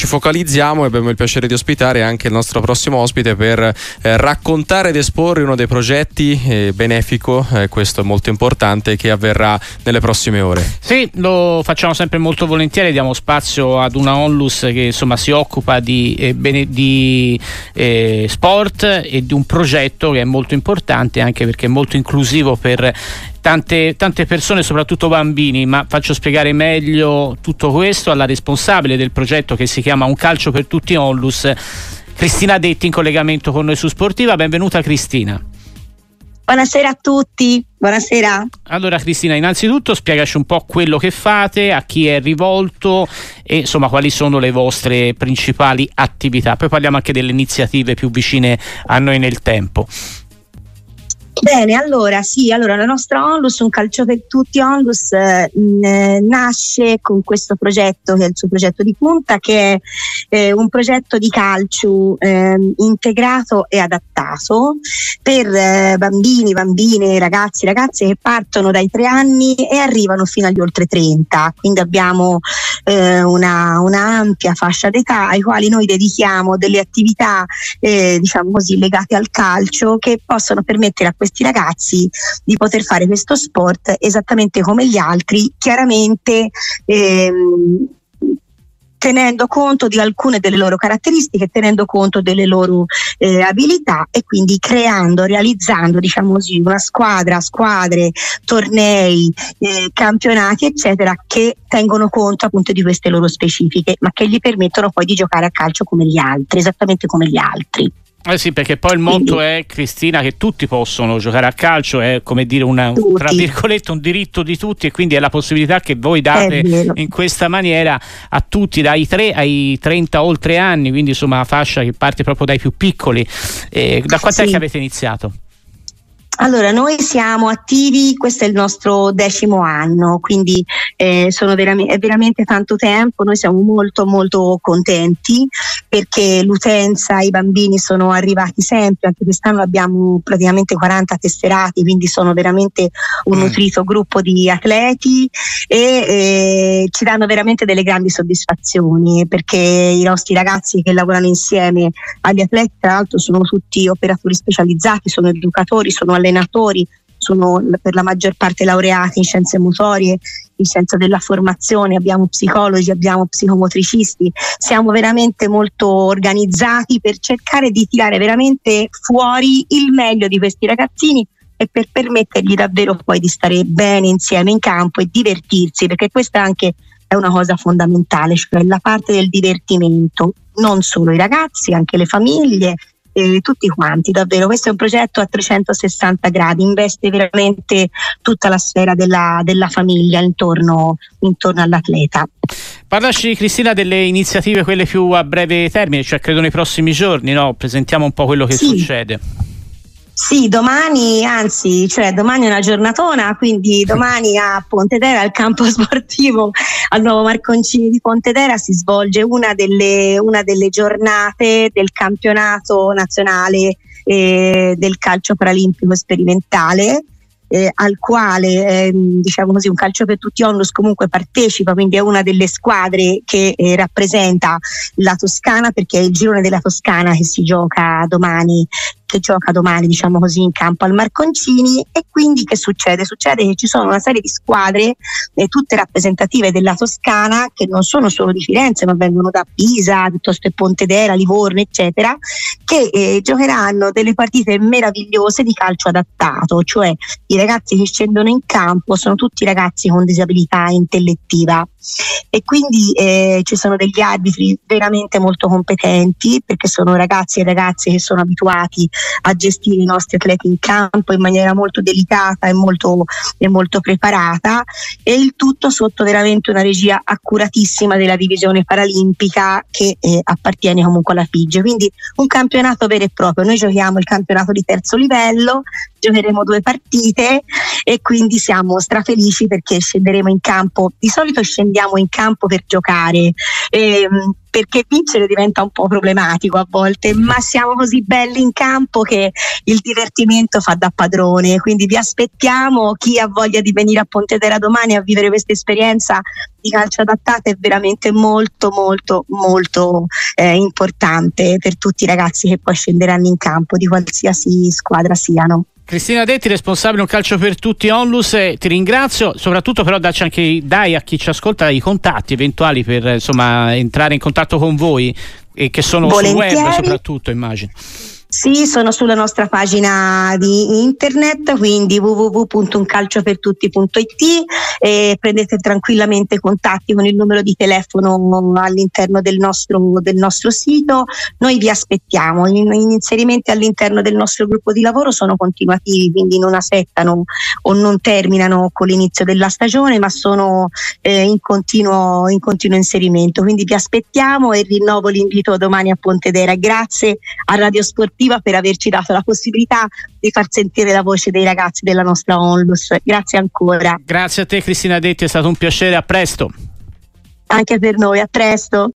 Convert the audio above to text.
ci focalizziamo e abbiamo il piacere di ospitare anche il nostro prossimo ospite per raccontare ed esporre uno dei progetti benefico, questo è molto importante, che avverrà nelle prossime ore. Sì, lo facciamo sempre molto volentieri, diamo spazio ad una onlus che insomma si occupa di sport e di un progetto che è molto importante, anche perché è molto inclusivo per tante persone, soprattutto bambini. Ma faccio spiegare meglio tutto questo alla responsabile del progetto, che si chiama Un calcio per tutti onlus, Cristina Detti, in collegamento con noi su Sportiva. Benvenuta Cristina. Buonasera a tutti, buonasera. Allora Cristina, innanzitutto spiegaci un po' quello che fate, a chi è rivolto e insomma quali sono le vostre principali attività. Poi parliamo anche delle iniziative più vicine a noi nel tempo. Bene, allora la nostra onlus, Un calcio per tutti onlus, nasce con questo progetto, che è il suo progetto di punta, che è un progetto di calcio integrato e adattato per bambini, bambine, ragazzi, ragazze che partono dai 3 anni e arrivano fino agli oltre 30. Quindi abbiamo una ampia fascia d'età ai quali noi dedichiamo delle attività diciamo così legate al calcio, che possono permettere a questi ragazzi di poter fare questo sport esattamente come gli altri, chiaramente tenendo conto di alcune delle loro caratteristiche, tenendo conto delle loro abilità, e quindi realizzando diciamo così una squadre, tornei, campionati eccetera, che tengono conto appunto di queste loro specifiche, ma che gli permettono poi di giocare a calcio come gli altri, esattamente come gli altri. Sì, perché poi il motto è, Cristina, che tutti possono giocare a calcio, è come dire tra virgolette un diritto di tutti, e quindi è la possibilità che voi date in questa maniera a tutti, dai 3 ai 30 oltre anni, quindi insomma la fascia che parte proprio dai più piccoli. Da quant'è che avete iniziato? Allora, noi siamo attivi, questo è il nostro 10° anno, quindi è veramente tanto tempo. Noi siamo molto molto contenti perché l'utenza, i bambini sono arrivati sempre, anche quest'anno abbiamo praticamente 40 tesserati, quindi sono veramente un nutrito gruppo di atleti e ci danno veramente delle grandi soddisfazioni, perché i nostri ragazzi che lavorano insieme agli atleti, tra l'altro, sono tutti operatori specializzati, sono educatori, sono allenatori, sono per la maggior parte laureati in scienze motorie, in scienze della formazione, abbiamo psicologi, abbiamo psicomotricisti. Siamo veramente molto organizzati per cercare di tirare veramente fuori il meglio di questi ragazzini e per permettergli davvero poi di stare bene insieme in campo e divertirsi, perché questa anche è una cosa fondamentale, cioè la parte del divertimento, non solo i ragazzi, anche le famiglie, tutti quanti. Davvero questo è un progetto a 360 gradi, investe veramente tutta la sfera della famiglia intorno all'atleta. Parlaci Cristina delle iniziative, quelle più a breve termine, cioè credo nei prossimi giorni, no? Presentiamo un po' quello che succede. Sì, domani è una giornatona, quindi domani a Pontedera, al campo sportivo al Nuovo Marconcini di Pontedera, si svolge una delle giornate del campionato nazionale del calcio paralimpico sperimentale, al quale diciamo così Un calcio per tutti onlus comunque partecipa, quindi è una delle squadre che rappresenta la Toscana, perché è il girone della Toscana che gioca domani diciamo così in campo al Marconcini. E quindi che succede? Succede che ci sono una serie di squadre tutte rappresentative della Toscana, che non sono solo di Firenze ma vengono da Pisa, piuttosto che Pontedera, Livorno eccetera, che giocheranno delle partite meravigliose di calcio adattato, cioè i ragazzi che scendono in campo sono tutti ragazzi con disabilità intellettiva, e quindi ci sono degli arbitri veramente molto competenti, perché sono ragazzi e ragazze che sono abituati a gestire i nostri atleti in campo in maniera molto delicata e molto preparata, e il tutto sotto veramente una regia accuratissima della divisione paralimpica che appartiene comunque alla FIGE. Quindi un campionato vero e proprio. Noi giochiamo il campionato di terzo livello, giocheremo 2 partite e quindi siamo strafelici perché scenderemo in campo. Di solito scendiamo in campo per giocare, perché vincere diventa un po' problematico a volte, ma siamo così belli in campo che il divertimento fa da padrone, quindi vi aspettiamo. Chi ha voglia di venire a Pontedera domani a vivere questa esperienza di calcio adattata è veramente molto molto molto importante per tutti i ragazzi che poi scenderanno in campo di qualsiasi squadra siano. Cristina Detti, responsabile Un Calcio per Tutti Onlus, ti ringrazio, soprattutto però dai a chi ci ascolta i contatti eventuali per entrare in contatto con voi, e che sono volentieri. Sul web soprattutto, immagino. Sì, sono sulla nostra pagina di internet, quindi www.uncalciopertutti.it, e prendete tranquillamente contatti con il numero di telefono all'interno del nostro sito. Noi vi aspettiamo. Gli inserimenti all'interno del nostro gruppo di lavoro sono continuativi, quindi non aspettano o non terminano con l'inizio della stagione, ma sono in continuo inserimento. Quindi vi aspettiamo e rinnovo l'invito domani a Pontedera. Grazie a Radio Sportiva per averci dato la possibilità di far sentire la voce dei ragazzi della nostra Onlus. Grazie ancora. Grazie a te Cristina Detti, è stato un piacere, a presto. Anche per noi, a presto.